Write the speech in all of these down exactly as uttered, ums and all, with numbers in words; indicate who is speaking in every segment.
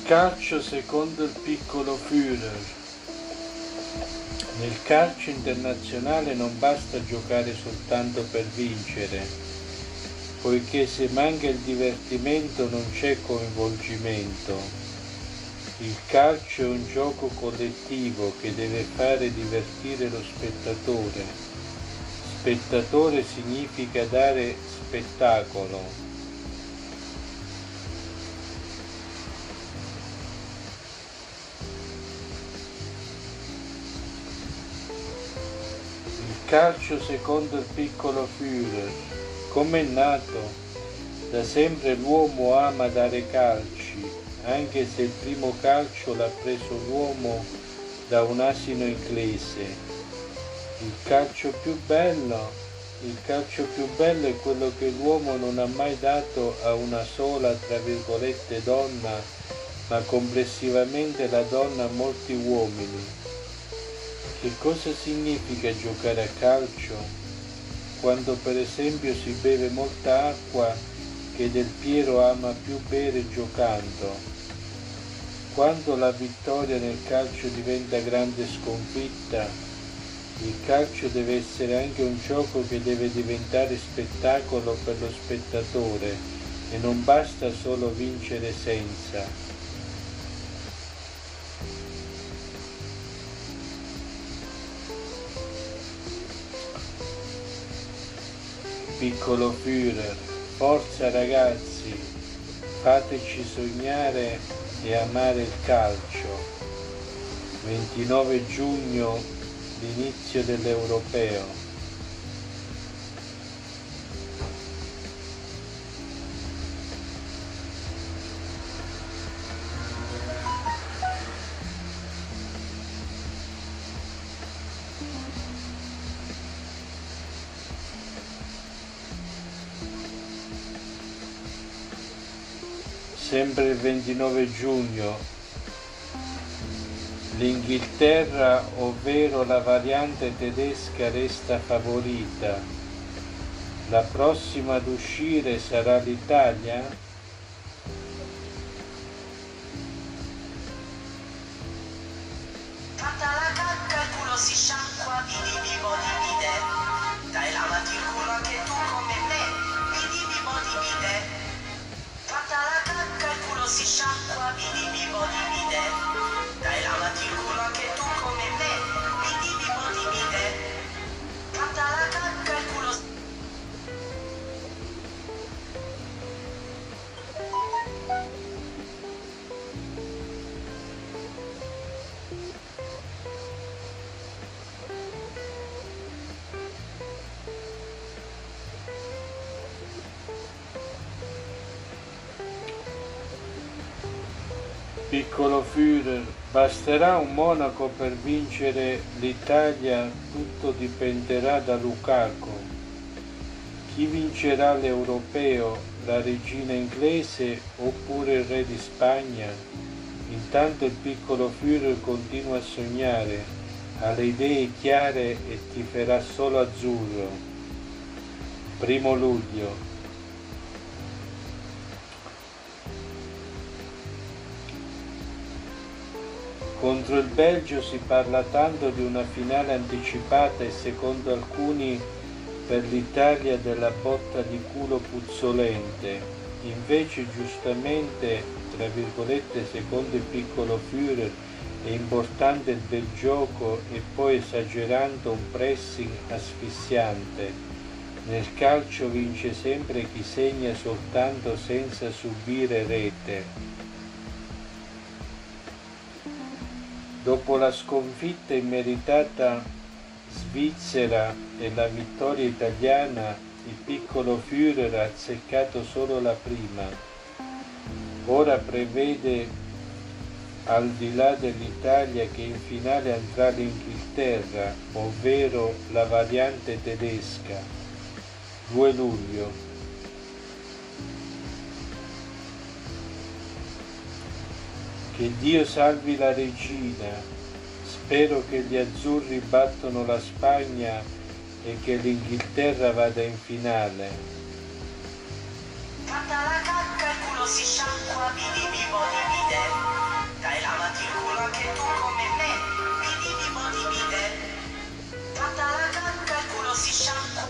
Speaker 1: calcio secondo il piccolo Führer. Nel calcio internazionale non basta giocare soltanto per vincere, poiché se manca il divertimento non c'è coinvolgimento. Il calcio è un gioco collettivo che deve fare divertire lo spettatore. Spettatore significa dare spettacolo. Calcio secondo il piccolo Führer. Come è nato? Da sempre l'uomo ama dare calci, anche se il primo calcio l'ha preso l'uomo da un asino inglese. Il calcio più bello? Il calcio più bello è quello che l'uomo non ha mai dato a una sola, tra virgolette, donna, ma complessivamente la donna a molti uomini. Che cosa significa giocare a calcio? Quando per esempio si beve molta acqua che Del Piero ama più bere giocando. Quando la vittoria nel calcio diventa grande sconfitta, il calcio deve essere anche un gioco che deve diventare spettacolo per lo spettatore e non basta solo vincere senza. Piccolo Führer, forza ragazzi, fateci sognare e amare il calcio. ventinove giugno, l'inizio dell'Europeo. Sempre il ventinove giugno, l'Inghilterra, ovvero la variante tedesca, resta favorita. La prossima ad uscire sarà l'Italia?
Speaker 2: Fatta la cacca il culo si sciacqua, vidi vivo divide. Dai lavati il culo anche tu come me, vidi vivo divide. Fatta la cacca il culo si sciacqua, vidi vivo divide. Dai lavati il culo anche tu come me, vidi vivo divide. Fatta la cacca il culo si
Speaker 1: Piccolo Führer, basterà un monaco per vincere l'Italia, tutto dipenderà da Lukaku. Chi vincerà l'Europeo, la regina inglese oppure il re di Spagna? Intanto il piccolo Führer continua a sognare, ha le idee chiare e tiferà solo azzurro. Primo luglio. Contro il Belgio si parla tanto di una finale anticipata e secondo alcuni per l'Italia della botta di culo puzzolente. Invece giustamente, tra virgolette, secondo il piccolo Führer, è importante il bel gioco e poi esagerando un pressing asfissiante. Nel calcio vince sempre chi segna soltanto senza subire rete. Dopo la sconfitta immeritata svizzera e la vittoria italiana, il piccolo Führer ha azzeccato solo la prima. Ora prevede, al di là dell'Italia, che in finale andrà l'Inghilterra, ovvero la variante tedesca. due luglio. Che Dio salvi la regina, spero che gli azzurri battono la Spagna e che l'Inghilterra vada in finale.
Speaker 2: Fatta la cacca il culo si sciacqua, vidi vivo divide. lavati il culo anche tu come me. Bidi bibo di bide. Fatta la cacca il culo si sciacqua.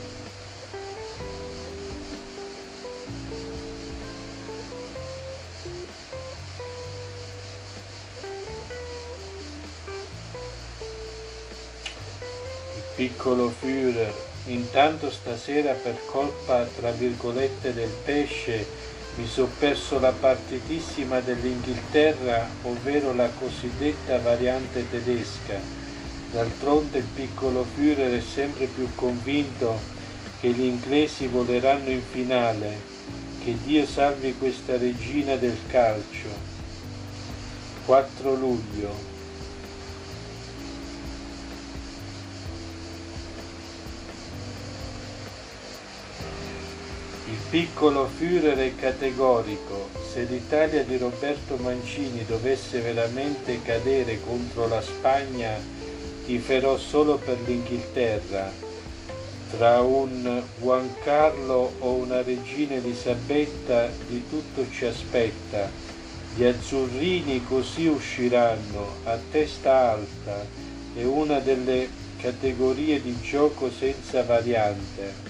Speaker 1: Piccolo Führer, intanto stasera per colpa, tra virgolette, del pesce mi so perso la partitissima dell'Inghilterra, ovvero la cosiddetta variante tedesca. D'altronde il piccolo Führer è sempre più convinto che gli inglesi voleranno in finale. Che Dio salvi questa regina del calcio. quattro luglio. Il piccolo Führer è categorico: se l'Italia di Roberto Mancini dovesse veramente cadere contro la Spagna, tiferò solo per l'Inghilterra. Tra un Juan Carlo o una regina Elisabetta di tutto ci aspetta. Gli azzurrini così usciranno a testa alta, è una delle categorie di gioco senza variante.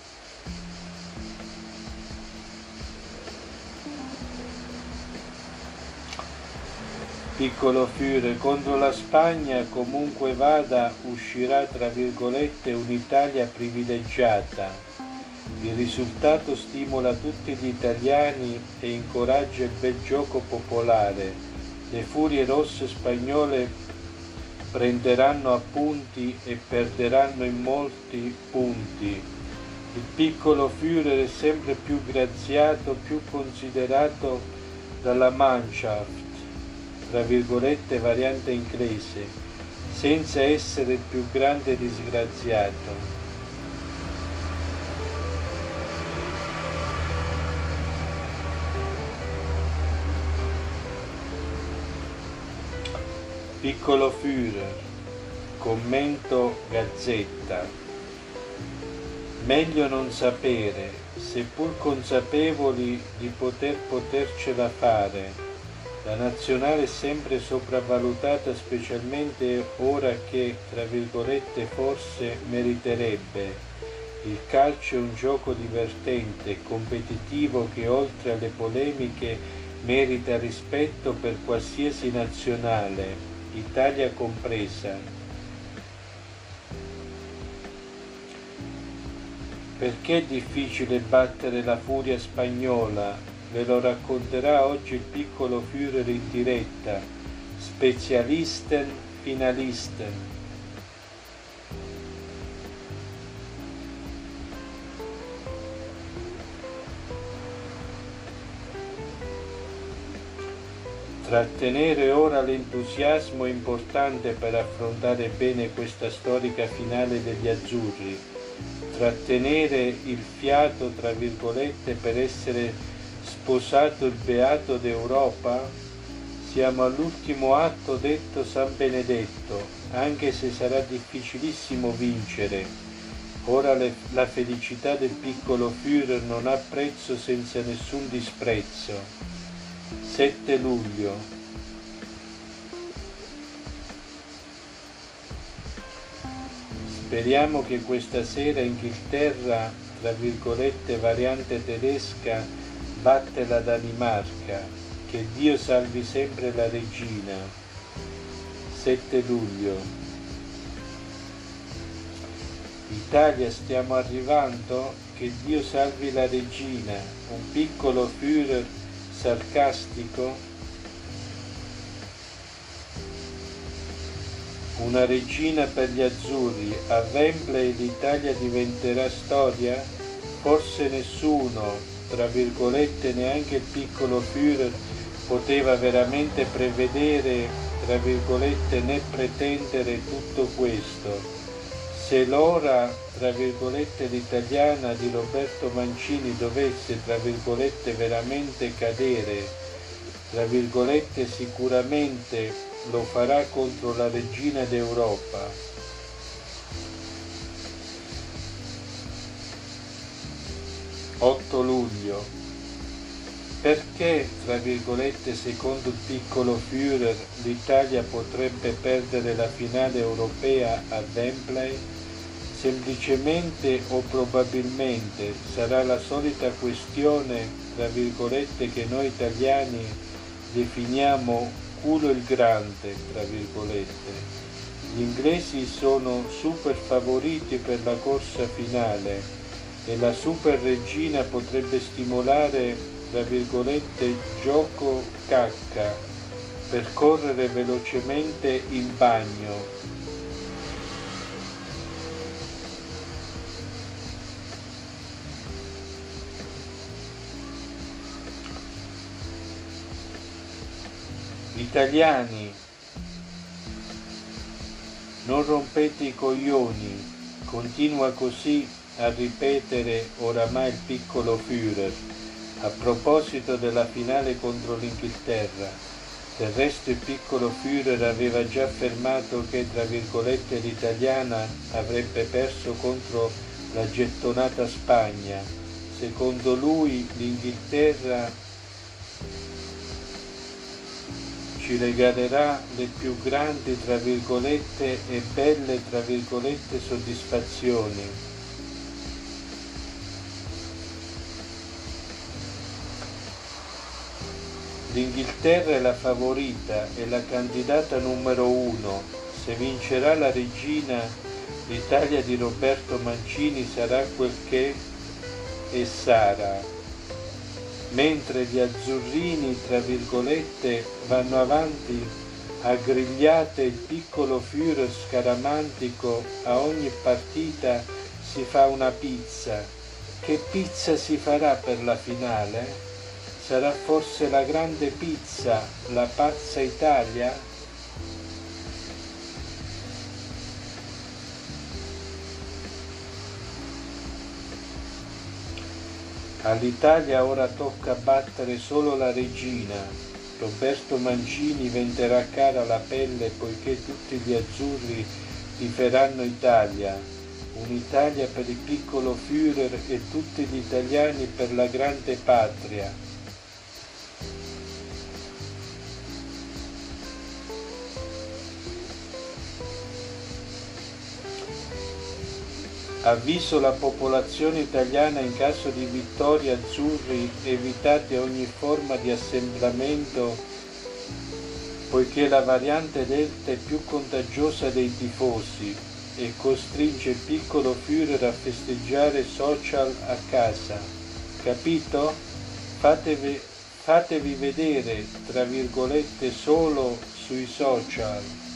Speaker 1: Piccolo Führer, contro la Spagna comunque vada uscirà tra virgolette un'Italia privilegiata. Il risultato stimola tutti gli italiani e incoraggia il bel gioco popolare. Le furie rosse spagnole prenderanno appunti e perderanno in molti punti. Il piccolo Führer è sempre più graziato, più considerato dalla Mannschaft, tra virgolette variante inglese, senza essere il più grande disgraziato. Piccolo Führer, commento Gazzetta. Meglio non sapere, seppur consapevoli di poter potercela fare. La nazionale è sempre sopravvalutata, specialmente ora che, tra virgolette, forse meriterebbe. Il calcio è un gioco divertente, competitivo, che oltre alle polemiche merita rispetto per qualsiasi nazionale, Italia compresa. Perché è difficile battere la furia spagnola? Ve lo racconterà oggi il piccolo Führer in diretta. Spezialisten, Finalisten. Trattenere ora l'entusiasmo è importante per affrontare bene questa storica finale degli azzurri. Trattenere il fiato, tra virgolette, per essere sposato il beato d'Europa? Siamo all'ultimo atto, detto San Benedetto, anche se sarà difficilissimo vincere. Ora le, la felicità del piccolo Führer non ha prezzo senza nessun disprezzo. sette luglio. Speriamo che questa sera Inghilterra, tra virgolette variante tedesca, batte la Danimarca. Che Dio salvi sempre la regina. sette luglio. Italia, stiamo arrivando? Che Dio salvi la regina. Un piccolo Führer sarcastico. Una regina per gli azzurri. A Wembley l'Italia diventerà storia? Forse nessuno, tra virgolette, neanche il piccolo Führer poteva veramente prevedere, tra virgolette, né pretendere tutto questo. Se l'ora, tra virgolette, l'italiana di Roberto Mancini dovesse, tra virgolette, veramente cadere, tra virgolette, sicuramente lo farà contro la regina d'Europa. otto luglio. Perché, tra virgolette, secondo il piccolo Führer, l'Italia potrebbe perdere la finale europea a Wembley? Semplicemente o probabilmente sarà la solita questione, tra virgolette, che noi italiani definiamo culo il grande, tra virgolette. Gli inglesi sono super favoriti per la corsa finale e la super regina potrebbe stimolare, tra virgolette, gioco cacca per correre velocemente in bagno. Italiani, non rompete i coglioni, continua così a ripetere oramai il piccolo Führer, a proposito della finale contro l'Inghilterra. Del resto il piccolo Führer aveva già affermato che, tra virgolette, l'italiana avrebbe perso contro la gettonata Spagna. Secondo lui l'Inghilterra ci regalerà le più grandi, tra virgolette, e belle, tra virgolette, soddisfazioni. L'Inghilterra è la favorita, è la candidata numero uno. Se vincerà la regina, l'Italia di Roberto Mancini sarà quel che è sarà. Mentre gli azzurrini, tra virgolette, vanno avanti a grigliate, il piccolo Führer scaramantico a ogni partita si fa una pizza. Che pizza si farà per la finale? Sarà forse la grande pizza, la pazza Italia? All'Italia ora tocca battere solo la regina. Roberto Mancini venderà cara la pelle poiché tutti gli azzurri tiferanno Italia. Un'Italia per il piccolo Führer e tutti gli italiani per la grande patria. Avviso la popolazione italiana: in caso di vittoria azzurri evitate ogni forma di assemblamento poiché la variante Delta è più contagiosa dei tifosi e costringe il piccolo Führer a festeggiare social a casa. Capito? Fatevi, fatevi vedere, tra virgolette, solo sui social.